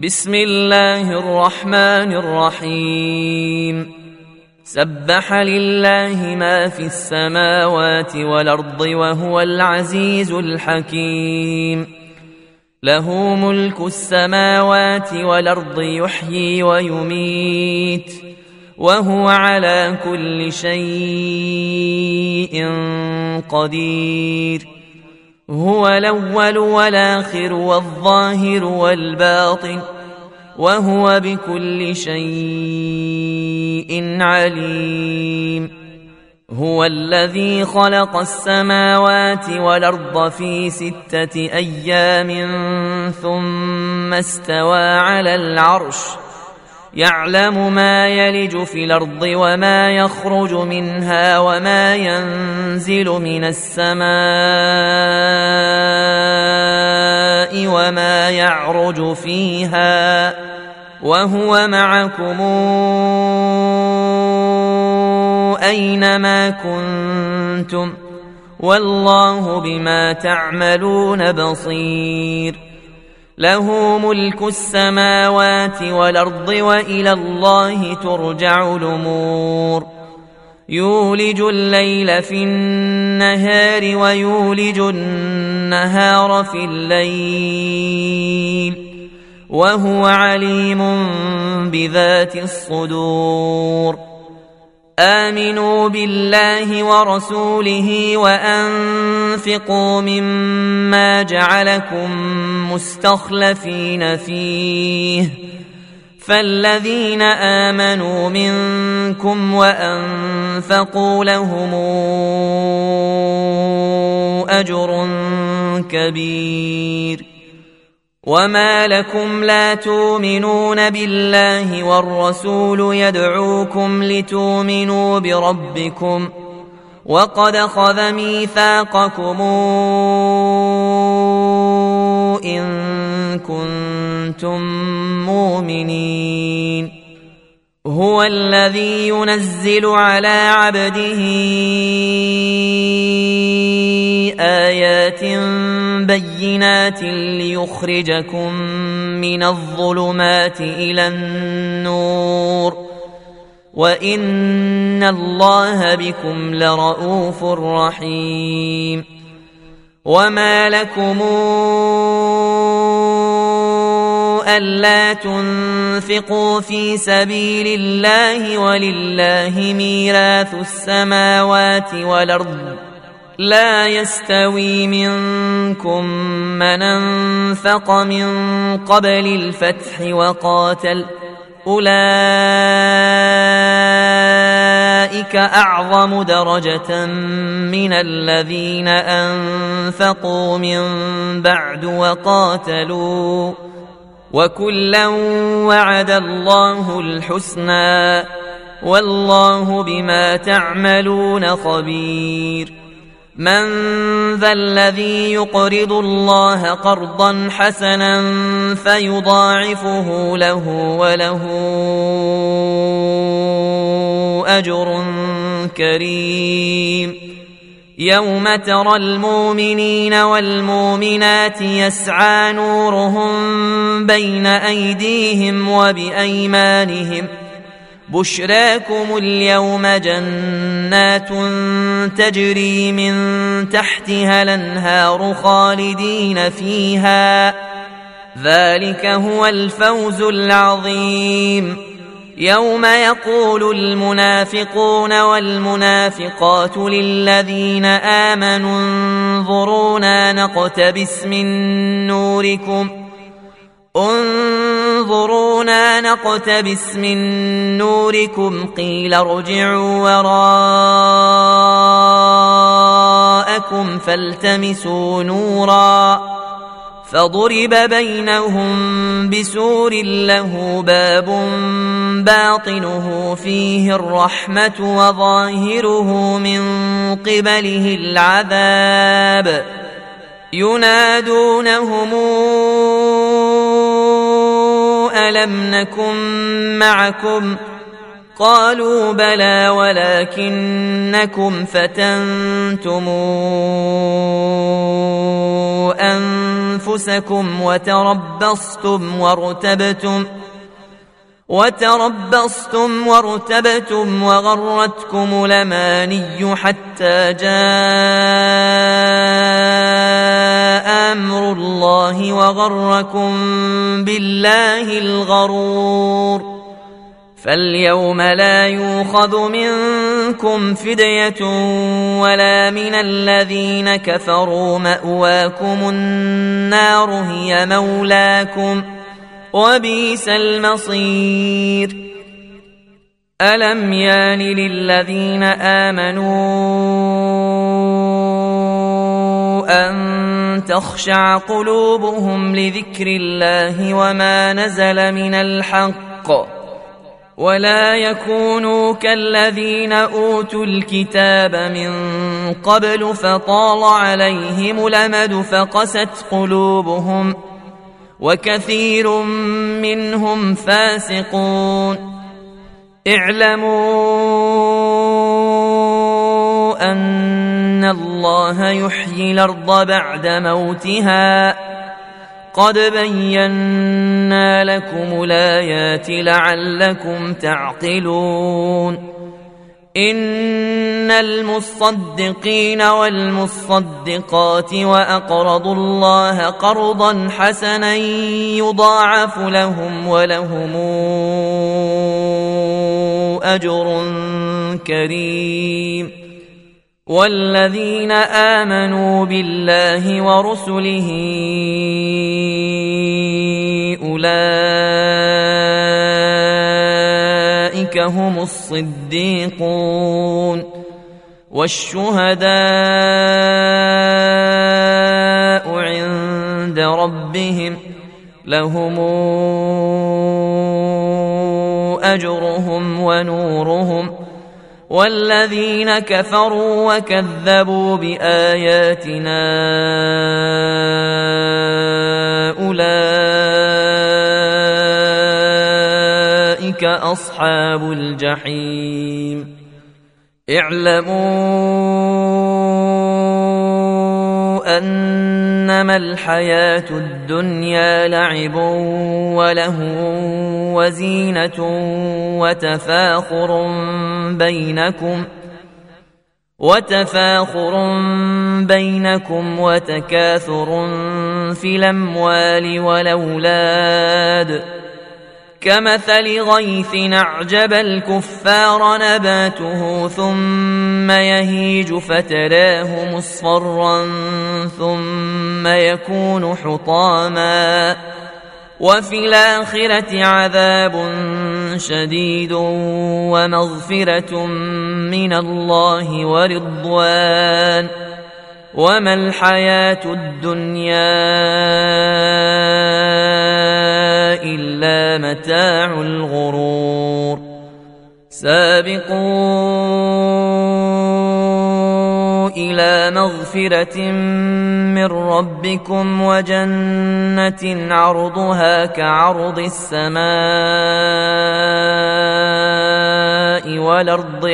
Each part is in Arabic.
بسم الله الرحمن الرحيم. سبح لله ما في السماوات والأرض وهو العزيز الحكيم. له ملك السماوات والأرض يحيي ويميت وهو على كل شيء قدير. هو الأول والآخر والظاهر والباطن وهو بكل شيء عليم. هو الذي خلق السماوات والأرض في 6 أيام ثم استوى على العرش يعلم ما يلج في الأرض وما يخرج منها وما ينزل من السماء وما يعرج فيها وهو معكم أينما كنتم والله بما تعملون بصير. له ملك السماوات والأرض وإلى الله ترجع الأمور. يولج الليل في النهار ويولج النهار في الليل وهو عليم بذات الصدور. آمنوا بالله ورسوله وأنفقوا مما جعلكم مستخلفين فيه فالذين آمنوا منكم وأنفقوا لهم أجر كبير. وما لكم لا تؤمنون بالله والرسول يدعوكم لتؤمنوا بربكم وقد أخذ ميثاقكم إن كنتم مؤمنين. هو الذي ينزل على عبده آيات بينات ليخرجكم من الظلمات إلى النور وإن الله بكم لرؤوف رحيم. وما لكم ألا تنفقوا في سبيل الله ولله ميراث السماوات والأرض لا يستوي منكم من أنفق من قبل الفتح وقاتل أولئك أعظم درجة من الذين أنفقوا من بعد وقاتلوا وكلا وعد الله الحسنى والله بما تعملون خبير. من ذا الذي يقرض الله قرضا حسنا فيضاعفه له وله أجر كريم. يوم ترى المؤمنين والمؤمنات يسعى نورهم بين أيديهم وبأيمانهم بشراكم اليوم جنات تجري من تحتها الأنهار خالدين فيها ذلك هو الفوز العظيم. يوم يقول المنافقون والمنافقات للذين آمنوا انظرونا نقتبس من نوركم قيل ارجعوا وراءكم فالتمسوا نورا فضرب بينهم بسور له باب باطنه فيه الرحمة وظاهره من قبله العذاب. ينادونهم ألم نكن معكم قالوا بلى ولكنكم فتنتم أنفسكم وتربصتم وارتبتم وغرتكم الأماني حتى جاء أمر الله وغركم بالله الغرور. فاليوم لا يؤخذ منكم فدية ولا من الذين كفروا، مأواكم النار هي مولاكم وبئس المصير. ألم يان للذين آمنوا أن تخشع قلوبهم لذكر الله وما نزل من الحق ولا يكونوا كالذين أوتوا الكتاب من قبل فطال عليهم الأمد فقست قلوبهم وكثير منهم فاسقون. اعلموا أن الله يحيي الأرض بعد موتها قد بينا لكم الآيات لعلكم تعقلون. إن المصدقين والمصدقات وأقرضوا الله قرضا حسنا يضاعف لهم ولهم أجر كريم. والذين آمنوا بالله ورسله أولئك هم الصديقون والشهداء عند ربهم لهم أجرهم ونورهم. والذين كفروا وكذبوا بآياتنا أولئك أصحاب الجحيم. اعلموا أنما الحياة الدنيا لعب ولهو وزينة وتفاخر بينكم وتكاثر في الأموال والأولاد كمثل غيث أعجب الكفار نباته ثم يهيج فتراه مصفرا ثم يكون حطاما وفي الآخرة عذاب شديد ومغفرة من الله ورضوان وما الحياة الدنيا إلا متاع الغرور. سابقوا إلى مغفرة من ربكم وجنة عرضها كعرض السماء والأرض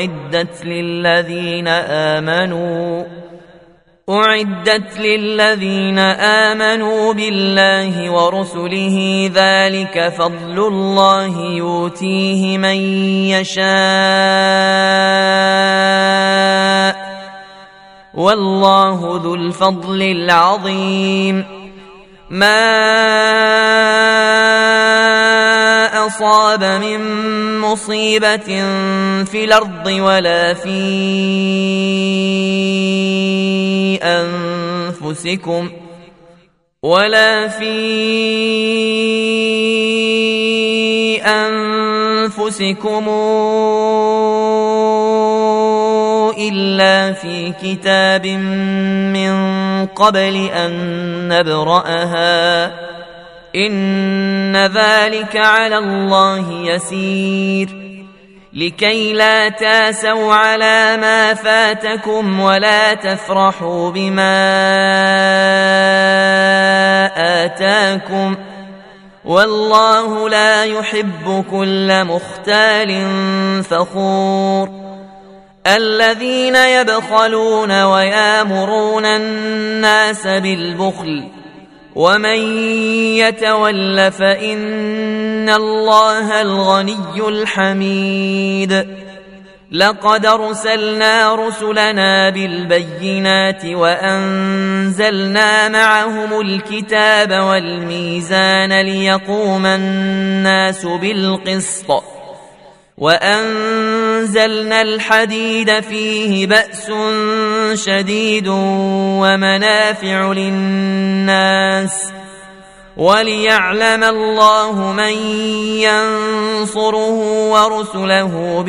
أعدت للذين آمنوا بالله ورسله ذلك فضل الله يؤتيه من يشاء والله ذو الفضل العظيم. ما أصاب من مصيبة في الأرض ولا في أنفسكم إلا في كتاب من قبل أن نبرأها إن ذلك على الله يسير. لكي لا تاسوا على ما فاتكم ولا تفرحوا بما آتاكم والله لا يحب كل مختال فخور الذين يبخلون ويامرون الناس بالبخل ومن يتول فإن الله الغني الحميد لقد أرسلنا رسلنا بالبينات وأنزلنا معهم الكتاب والميزان ليقوم الناس بالقسط وأنزلنا الحديد فيه بأس شديد ومنافع للناس وليعلم الله من ينصره ورسله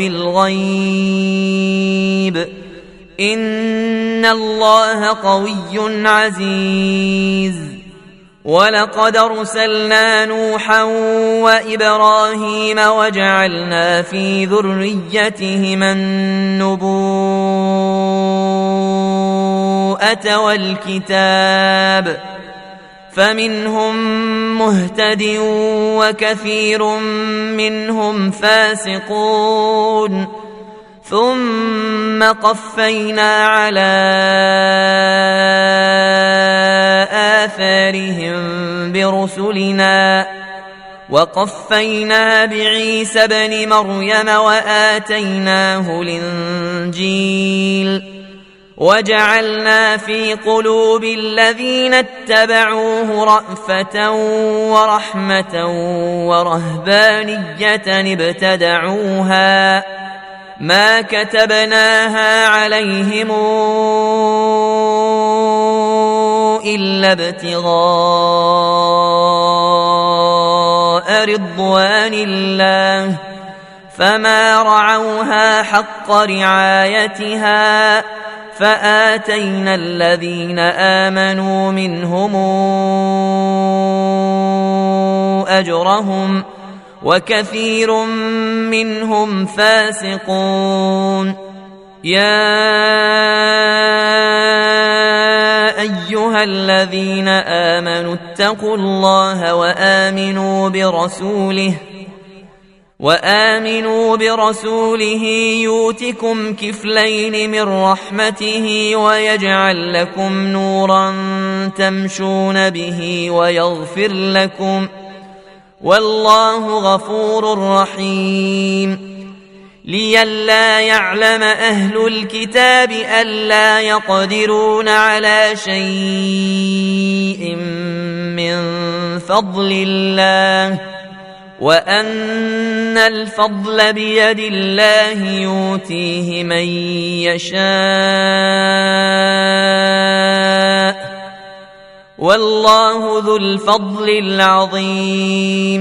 بالغيب إن الله قوي عزيز ولقد أرسلنا نوحا وإبراهيم وجعلنا في ذريتهما النبوءة والكتاب فمنهم مهتد وكثير منهم فاسقون ثم قفينا على آثارهم برسلنا وقفينا بعيسى ابن مريم وآتيناه الإنجيل وجعلنا في قلوب الذين اتبعوه رأفة ورحمة ورهبانية ابتدعوها ما كتبناها عليهم إلا ابتغاء رضوان الله فما رعوها حق رعايتها فآتينا الذين آمنوا منهم أجرهم وكثير منهم فاسقون يا أيها الذين آمنوا اتقوا الله وآمنوا برسوله يؤتكم كفلين من رحمته ويجعل لكم نورا تمشون به ويغفر لكم والله غفور رحيم لئلا يعلم أهل الكتاب ألا يقدرون على شيء من فضل الله وأن الفضل بيد الله يؤتيه من يشاء والله ذو الفضل العظيم